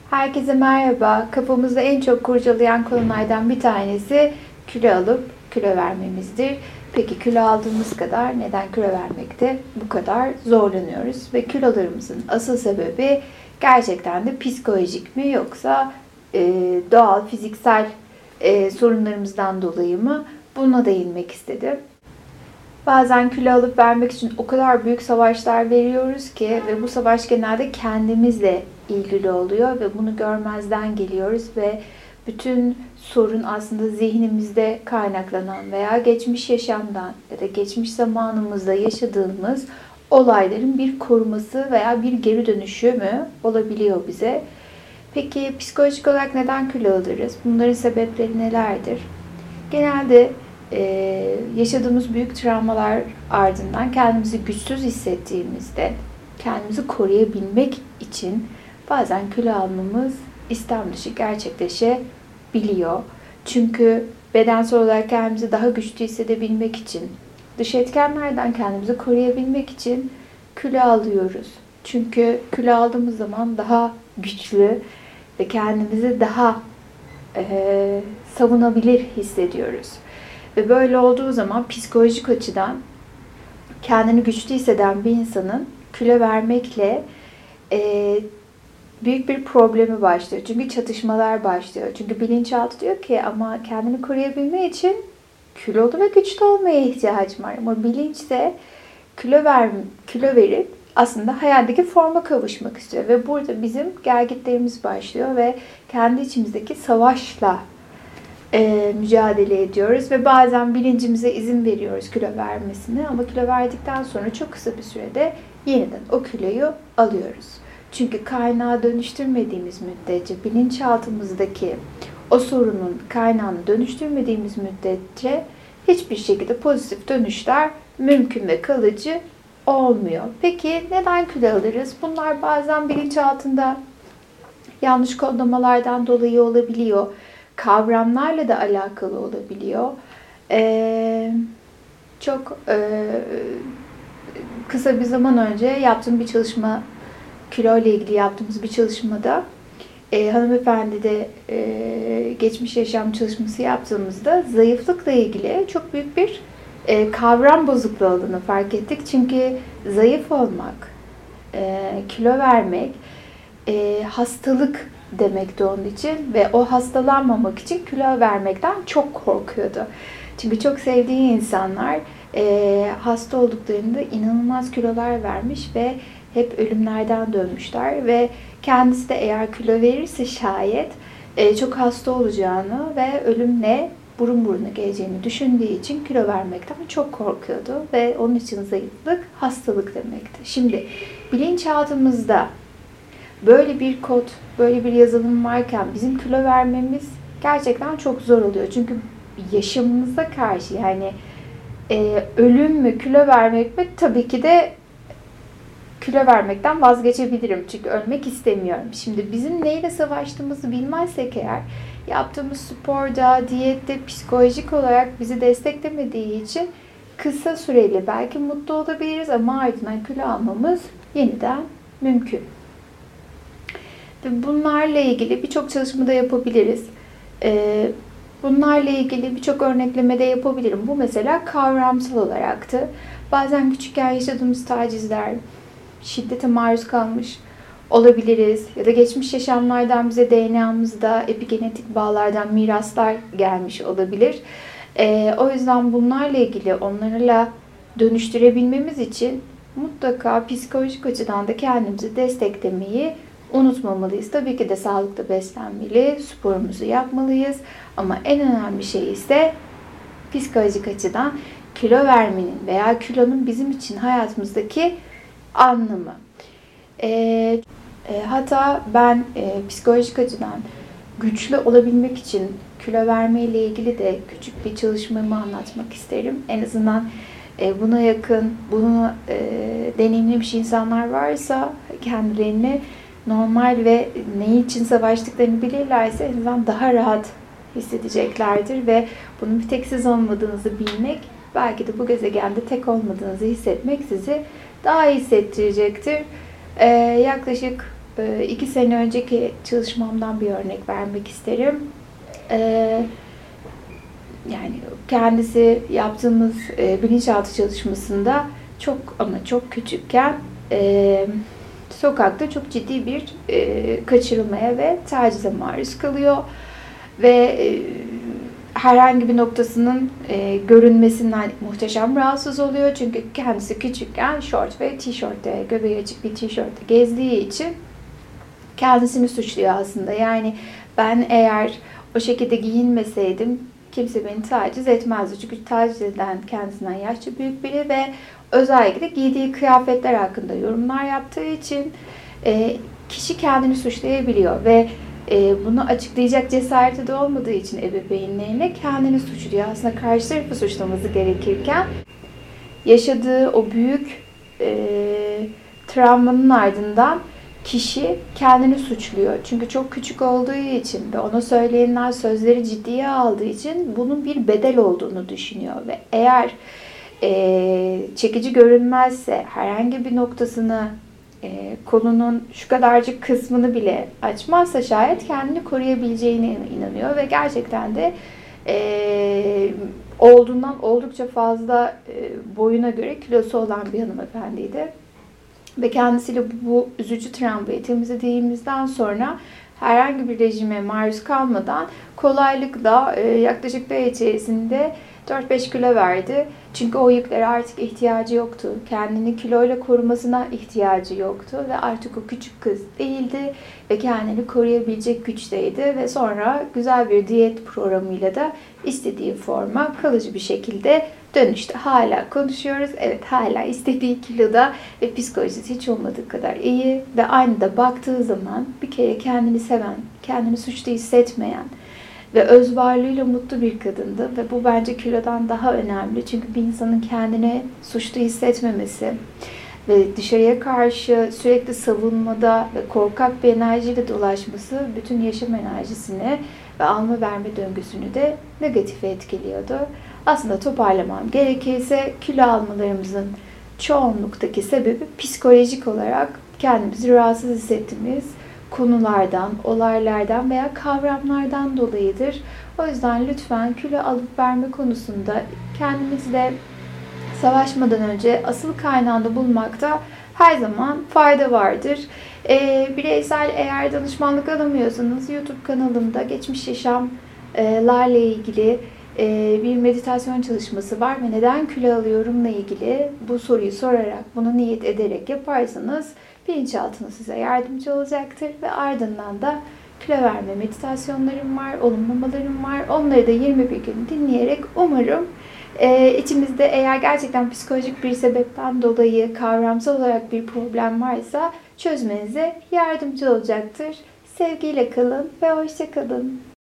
Herkese merhaba. Kafamızda en çok kurcalayan konulardan bir tanesi kilo alıp kilo vermemizdir. Peki kilo aldığımız kadar neden kilo vermekte bu kadar zorlanıyoruz? Ve kilolarımızın asıl sebebi gerçekten de psikolojik mi yoksa doğal fiziksel sorunlarımızdan dolayı mı? Buna değinmek istedim. Bazen kilo alıp vermek için o kadar büyük savaşlar veriyoruz ki ve bu savaş genelde kendimizle ilgili oluyor ve bunu görmezden geliyoruz ve bütün sorun aslında zihnimizde kaynaklanan veya geçmiş yaşamdan ya da geçmiş zamanımızda yaşadığımız olayların bir koruması veya bir geri dönüşü mü olabiliyor bize. Peki psikolojik olarak neden kilo alırız? Bunların sebepleri nelerdir? Genelde yaşadığımız büyük travmalar ardından kendimizi güçsüz hissettiğimizde kendimizi koruyabilmek için bazen kilo almamız istem dışı gerçekleşebiliyor. Çünkü bedensel olarak kendimizi daha güçlü hissedebilmek için, dış etkenlerden kendimizi koruyabilmek için kilo alıyoruz. Çünkü kilo aldığımız zaman daha güçlü ve kendimizi daha savunabilir hissediyoruz. Ve böyle olduğu zaman psikolojik açıdan kendini güçlü hisseden bir insanın kilo vermekle büyük bir problemi başlıyor. Çünkü çatışmalar başlıyor. Çünkü bilinçaltı diyor ki ama kendini koruyabilmek için kilolu ve güçlü olmaya ihtiyacım var. Ama bilinç de kilo verip aslında hayaldeki forma kavuşmak istiyor. Ve burada bizim gelgitlerimiz başlıyor ve kendi içimizdeki savaşla mücadele ediyoruz ve bazen bilincimize izin veriyoruz kilo vermesine ama kilo verdikten sonra çok kısa bir sürede yeniden o kiloyu alıyoruz. Çünkü kaynağı dönüştürmediğimiz müddetçe bilinçaltımızdaki o sorunun kaynağını dönüştürmediğimiz müddetçe hiçbir şekilde pozitif dönüşler mümkün ve kalıcı olmuyor. Peki neden kilo alırız? Bunlar bazen bilinçaltında yanlış kodlamalardan dolayı olabiliyor. Kavramlarla da alakalı olabiliyor. Çok kısa bir zaman önce yaptığım bir çalışma, kilo ile ilgili yaptığımız bir çalışmada hanımefendi de geçmiş yaşam çalışması yaptığımızda zayıflıkla ilgili çok büyük bir kavram bozukluğu olduğunu fark ettik. Çünkü zayıf olmak, kilo vermek hastalık demekti onun için ve o hastalanmamak için kilo vermekten çok korkuyordu. Çünkü çok sevdiği insanlar hasta olduklarında inanılmaz kilolar vermiş ve hep ölümlerden dönmüşler ve kendisi de eğer kilo verirse şayet çok hasta olacağını ve ölümle burun buruna geleceğini düşündüğü için kilo vermekten çok korkuyordu ve onun için zayıflık hastalık demekti. Şimdi bilinçaltımızda böyle bir kod, böyle bir yazılım varken bizim kilo vermemiz gerçekten çok zor oluyor. Çünkü yaşamımıza karşı yani ölüm mü, kilo vermek mi? Tabii ki de kilo vermekten vazgeçebilirim. Çünkü ölmek istemiyorum. Şimdi bizim neyle savaştığımızı bilmezsek eğer yaptığımız sporda, diyette, psikolojik olarak bizi desteklemediği için kısa süreli belki mutlu olabiliriz ama ardından kilo almamız yeniden mümkün. Bunlarla ilgili birçok çalışmada yapabiliriz. Bunlarla ilgili birçok örnekleme de yapabilirim. Bu mesela kavramsal olaraktı. Bazen küçükken yaşadığımız tacizler, şiddete maruz kalmış olabiliriz. Ya da geçmiş yaşamlardan bize DNA'mızda epigenetik bağlardan miraslar gelmiş olabilir. O yüzden bunlarla ilgili onlarla dönüştürebilmemiz için mutlaka psikolojik açıdan da kendimizi desteklemeyi unutmamalıyız. Tabii ki de sağlıklı beslenmeli, sporumuzu yapmalıyız. Ama en önemli şey ise psikolojik açıdan kilo vermenin veya kilonun bizim için hayatımızdaki anlamı. Hatta ben psikolojik açıdan güçlü olabilmek için kilo verme ile ilgili de küçük bir çalışmamı anlatmak isterim. En azından buna yakın, bunu deneyimlemiş insanlar varsa kendilerini normal ve ne için savaştıklarını bilirlerse en azından daha rahat hissedeceklerdir ve bunun bir tek siz olmadığınızı bilmek, belki de bu gezegende tek olmadığınızı hissetmek sizi daha iyi hissettirecektir. Yaklaşık 2 sene önceki çalışmamdan bir örnek vermek isterim. Yani kendisi yaptığımız bilinçaltı çalışmasında çok ama çok küçükken sokakta çok ciddi bir kaçırılmaya ve tacize maruz kalıyor ve herhangi bir noktasının görünmesinden muhteşem rahatsız oluyor. Çünkü kendisi küçükken şort ve tişörtte, göbeği açık bir tişörtte gezdiği için kendisini suçluyor aslında. Yani ben eğer o şekilde giyinmeseydim kimse beni taciz etmezdi. Çünkü taciz edilen kendisinden yaşça büyük biri ve özellikle giydiği kıyafetler hakkında yorumlar yaptığı için kişi kendini suçlayabiliyor ve bunu açıklayacak cesareti de olmadığı için ebeveynlerine kendini suçluyor. Aslında karşı tarafı suçlaması gerekirken yaşadığı o büyük travmanın ardından kişi kendini suçluyor. Çünkü çok küçük olduğu için ve ona söylenilen sözleri ciddiye aldığı için bunun bir bedel olduğunu düşünüyor. Ve eğer çekici görünmezse herhangi bir noktasını konunun şu kadarcık kısmını bile açmazsa şayet kendini koruyabileceğine inanıyor ve gerçekten de olduğundan oldukça fazla boyuna göre kilosu olan bir hanımefendiydi. Ve kendisiyle bu üzücü travmayı temizlediğimizden sonra herhangi bir rejime maruz kalmadan kolaylıkla yaklaşık bir ay içerisinde 4-5 kilo verdi. Çünkü o yüklere artık ihtiyacı yoktu. Kendini kiloyla korumasına ihtiyacı yoktu. Ve artık o küçük kız değildi. Ve kendini koruyabilecek güçteydi. Ve sonra güzel bir diyet programıyla da istediği forma kalıcı bir şekilde dönüştü. Hala konuşuyoruz. Evet, hala istediği kiloda ve psikolojisi hiç olmadığı kadar iyi. Ve aynada baktığı zaman bir kere kendini seven, kendini suçlu hissetmeyen ve öz varlığıyla mutlu bir kadındı. Ve bu bence kilodan daha önemli. Çünkü bir insanın kendine suçlu hissetmemesi ve dışarıya karşı sürekli savunmada ve korkak bir enerjiyle dolaşması bütün yaşam enerjisini ve alma verme döngüsünü de negatife etkiliyordu. Aslında toparlamam gerekirse kilo almalarımızın çoğunluktaki sebebi psikolojik olarak kendimizi rahatsız hissettiğimiz konulardan, olaylardan veya kavramlardan dolayıdır. O yüzden lütfen kilo alıp verme konusunda kendimizle savaşmadan önce asıl kaynağını bulmakta her zaman fayda vardır. Bireysel eğer danışmanlık alamıyorsanız YouTube kanalımda geçmiş yaşamlarla ilgili bir meditasyon çalışması var ve neden kilo alıyorumla ilgili bu soruyu sorarak, bunu niyet ederek yaparsanız bilinçaltınız size yardımcı olacaktır ve ardından da kilo verme meditasyonlarım var, olumlamalarım var. Onları da 21 gün dinleyerek umarım içimizde eğer gerçekten psikolojik bir sebepten dolayı kavramsal olarak bir problem varsa çözmenize yardımcı olacaktır. Sevgiyle kalın ve hoşça kalın.